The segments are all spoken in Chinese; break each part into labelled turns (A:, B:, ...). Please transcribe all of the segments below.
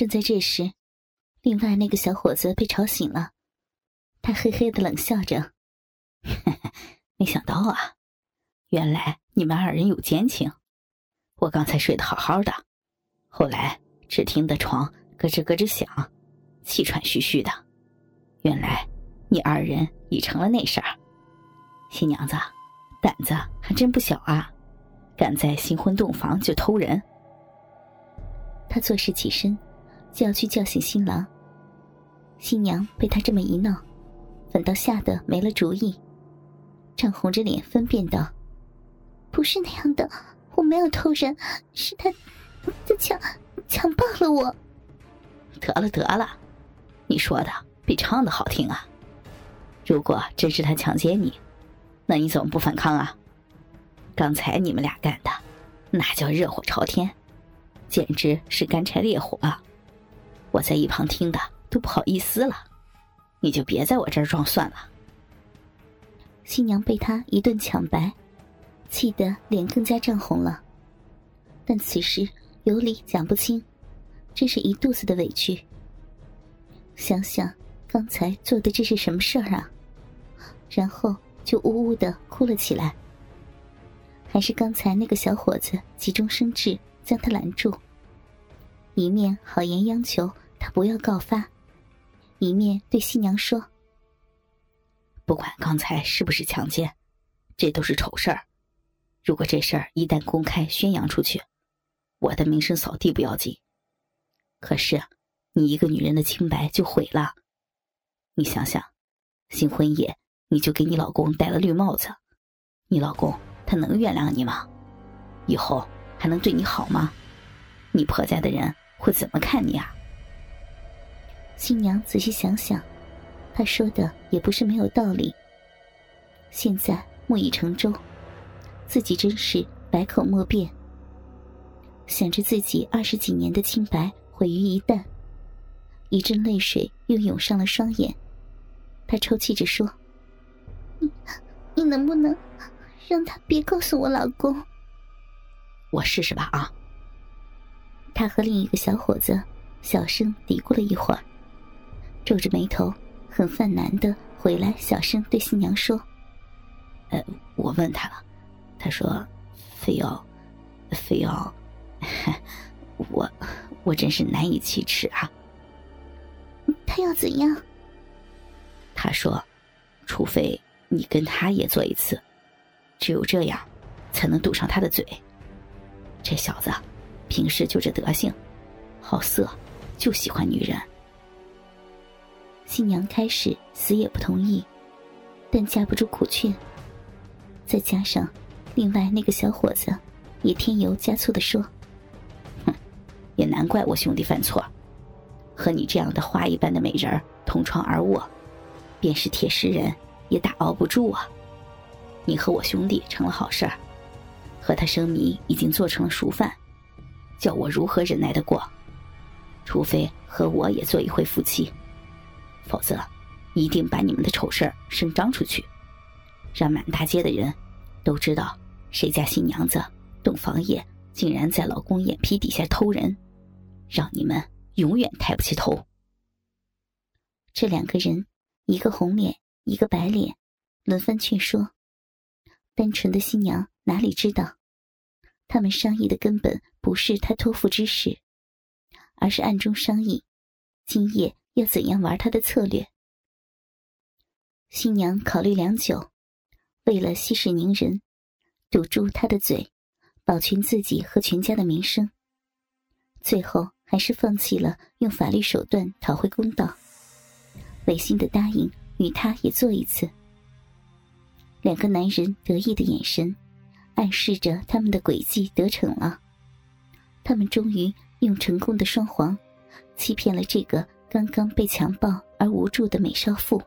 A: 正在这时，另外那个小伙子被吵醒了，他嘿嘿地冷笑着：“
B: 没想到啊，原来你们二人有奸情。我刚才睡得好好的，后来只听得床咯吱咯吱响，气喘吁吁的。原来你二人已成了那事儿。新娘子，胆子还真不小啊，敢在新婚洞房就偷人。”
A: 他作势起身，就要去叫醒新郎。新娘被他这么一闹，反倒吓得没了主意，涨红着脸分辨道：“
C: 不是那样的，我没有偷人，是他强暴了我。”
B: 得了，你说的比唱的好听啊。如果真是他强奸你，那你怎么不反抗啊？刚才你们俩干的那叫热火朝天，简直是干柴烈火啊！我在一旁听的都不好意思了，你就别在我这儿装蒜了。
A: 新娘被他一顿抢白，气得脸更加涨红了，但此时有理讲不清，真是一肚子的委屈。想想刚才做的这是什么事儿啊，然后就呜呜地哭了起来。还是刚才那个小伙子急中生智将他拦住，一面好言央求他不要告发，一面对新娘说：“
B: 不管刚才是不是强奸，这都是丑事儿。如果这事儿一旦公开宣扬出去，我的名声扫地不要紧，可是你一个女人的清白就毁了。你想想，新婚夜你就给你老公戴了绿帽子，你老公他能原谅你吗？以后还能对你好吗？你婆家的人会怎么看你啊？”
A: 新娘仔细想想，他说的也不是没有道理。现在木已成舟，自己真是百口莫辩。想着自己20几年的清白毁于一旦，一阵泪水又涌上了双眼。他抽泣着说：“
C: 你能不能让他别告诉我老公？”“
B: 我试试吧啊。”
A: 他和另一个小伙子小声嘀咕了一会儿，皱着眉头很犯难地回来，小声对新娘说：“
B: 我问他了，他说非要我真是难以启齿啊。”“
C: 他要怎样？”“
B: 他说除非你跟他也做一次，只有这样才能堵上他的嘴。这小子平时就这德行，好色，就喜欢女人。”
A: 新娘开始死也不同意，但架不住苦劝，再加上另外那个小伙子也添油加醋地说：“
B: 也难怪我兄弟犯错，和你这样的花一般的美人同床而卧，便是铁石人也打熬不住啊。你和我兄弟成了好事儿，和他生米已经做成了熟饭，叫我如何忍耐得过？除非和我也做一回夫妻，否则一定把你们的丑事儿声张出去，让满大街的人都知道谁家新娘子洞房夜竟然在老公眼皮底下偷人，让你们永远抬不起头。”
A: 这两个人，一个红脸，一个白脸，轮番劝说。单纯的新娘哪里知道，他们商议的根本不是他托付之事，而是暗中商议今夜要怎样玩他的策略。新娘考虑良久，为了息事宁人，堵住他的嘴，保全自己和全家的名声，最后还是放弃了用法律手段讨回公道，违心的答应与他也做一次。两个男人得意的眼神暗示着他们的诡计得逞了，他们终于用成功的双簧欺骗了这个刚刚被强暴而无助的美少妇。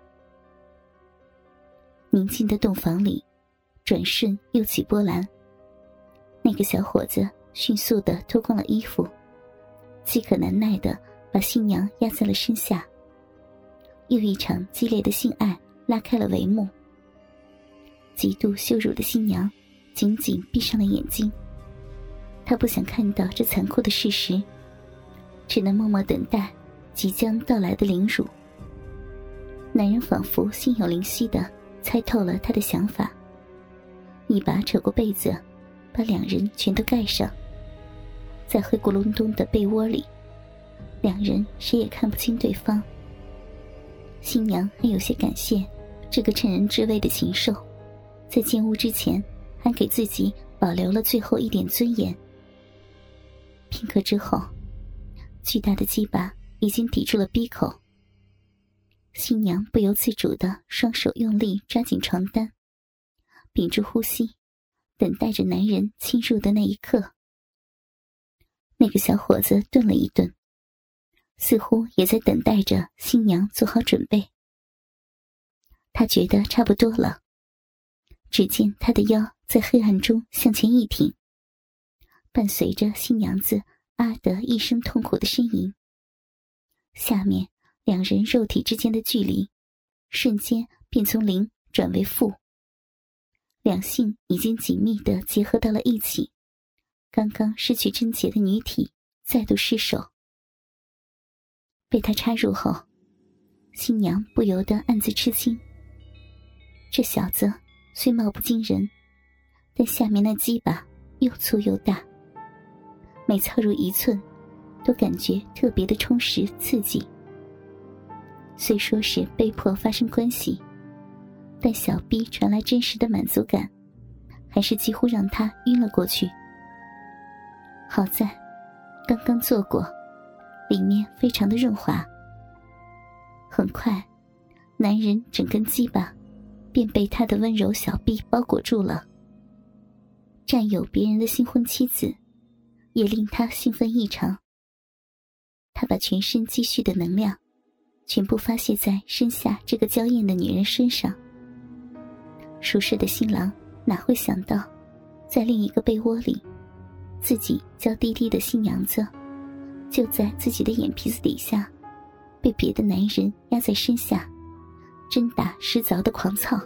A: 宁静的洞房里，转瞬又起波澜。那个小伙子迅速地脱光了衣服，饥渴难耐地把新娘压在了身下。又一场激烈的性爱拉开了帷幕。极度羞辱的新娘紧紧闭上了眼睛，她不想看到这残酷的事实， 只能默默等待即将到来的凌辱。男人仿佛心有灵犀地猜透了他的想法，一把扯过被子，把两人全都盖上。在灰咕隆咚的被窝里，两人谁也看不清对方。新娘还有些感谢这个趁人之危的禽兽，在进屋之前还给自己保留了最后一点尊严。片刻之后，巨大的鸡巴已经抵住了鼻口。新娘不由自主地双手用力抓紧床单，屏住呼吸，等待着男人侵入的那一刻。那个小伙子顿了一顿，似乎也在等待着新娘做好准备。他觉得差不多了，只见他的腰在黑暗中向前一挺，伴随着新娘子啊的一声痛苦的呻吟，下面两人肉体之间的距离瞬间便从零转为负，两性已经紧密地结合到了一起。刚刚失去贞洁的女体再度失手，被他插入后，新娘不由得暗自吃惊。这小子虽貌不惊人，但下面那鸡巴又粗又大，每操入一寸都感觉特别的充实刺激。虽说是被迫发生关系，但小臂传来真实的满足感，还是几乎让他晕了过去。好在刚刚做过，里面非常的润滑。很快，男人整根鸡巴便被他的温柔小臂包裹住了。占有别人的新婚妻子也令他兴奋异常。他把全身积蓄的能量全部发泄在身下这个娇艳的女人身上。熟识的新郎哪会想到，在另一个被窝里，自己娇滴滴的新娘子就在自己的眼皮子底下被别的男人压在身下，真打实凿的狂操。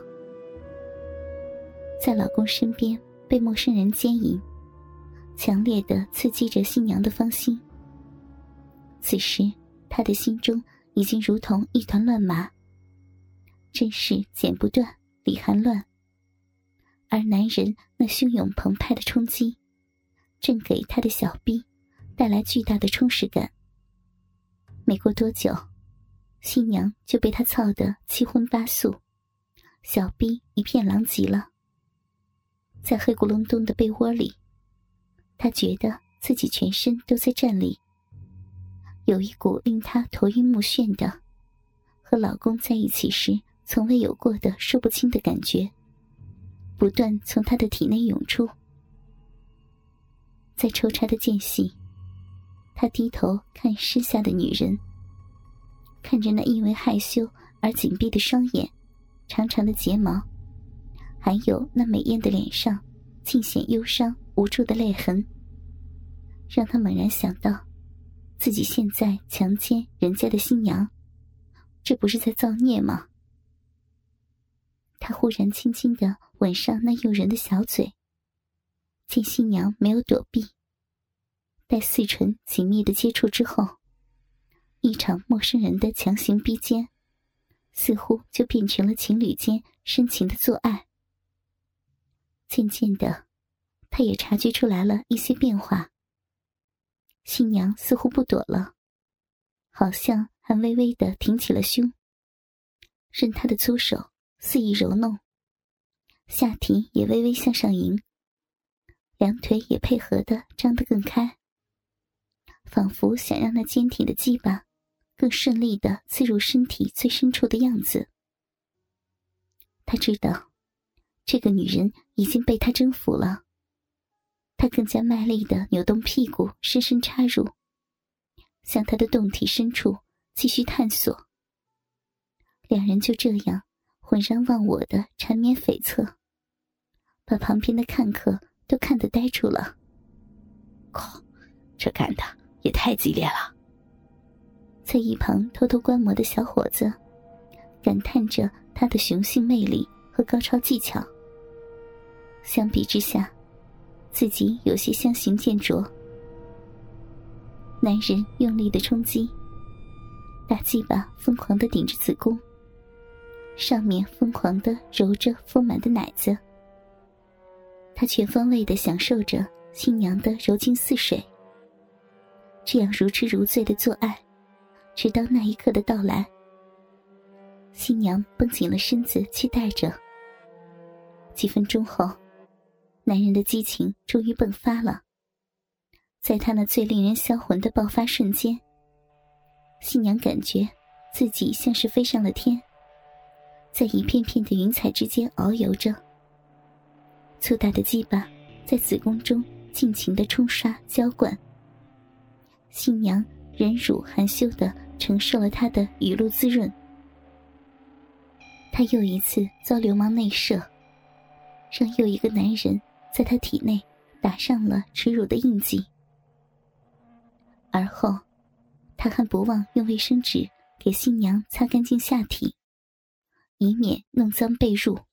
A: 在老公身边被陌生人奸淫，强烈地刺激着新娘的芳心。此时她的心中已经如同一团乱麻，真是剪不断理还乱。而男人那汹涌澎湃的冲击正给他的小臂带来巨大的充实感。没过多久，新娘就被他操得七荤八素，小臂一片狼藉了。在黑咕隆咚的被窝里，她觉得自己全身都在颤栗，有一股令她头晕目眩的和老公在一起时从未有过的说不清的感觉不断从她的体内涌出。在抽插的间隙，他低头看身下的女人，看着那因为害羞而紧闭的双眼，长长的睫毛，还有那美艳的脸上尽显忧伤无助的泪痕，让他猛然想到自己现在强奸人家的新娘，这不是在造孽吗？他忽然轻轻地吻上那诱人的小嘴，见新娘没有躲避，待四唇紧密的接触之后，一场陌生人的强行逼奸似乎就变成了情侣间深情的做爱。渐渐的，他也察觉出来了一些变化。新娘似乎不躲了，好像还微微地挺起了胸，任他的粗手肆意揉弄，下体也微微向上迎，两腿也配合地张得更开，仿佛想让那坚挺的鸡巴更顺利地刺入身体最深处的样子。他知道这个女人已经被他征服了，他更加卖力地扭动屁股，深深插入，向她的胴体深处继续探索。两人就这样浑然忘我的缠绵悱恻，把旁边的看客都看得呆住了。
B: 靠，这干的也太激烈了。
A: 在一旁偷偷观摩的小伙子感叹着他的雄性魅力和高超技巧。相比之下，自己有些相形见拙。 男人用力的冲击，大鸡巴疯狂地顶着子宫，上面疯狂地揉着丰满的奶子。他全方位地享受着新娘的柔情似水，这样如痴如醉的做爱，直到那一刻的到来。新娘绷紧了身子期待着。几分钟后，男人的激情终于迸发了。在他那最令人销魂的爆发瞬间，新娘感觉自己像是飞上了天，在一片片的云彩之间遨游着。粗大的鸡巴在子宫中尽情地冲刷浇灌，新娘忍辱含羞地承受了他的雨露滋润。她又一次遭流氓内射，让又一个男人在她体内打上了耻辱的印记。而后他还不忘用卫生纸给新娘擦干净下体，以免弄脏被褥。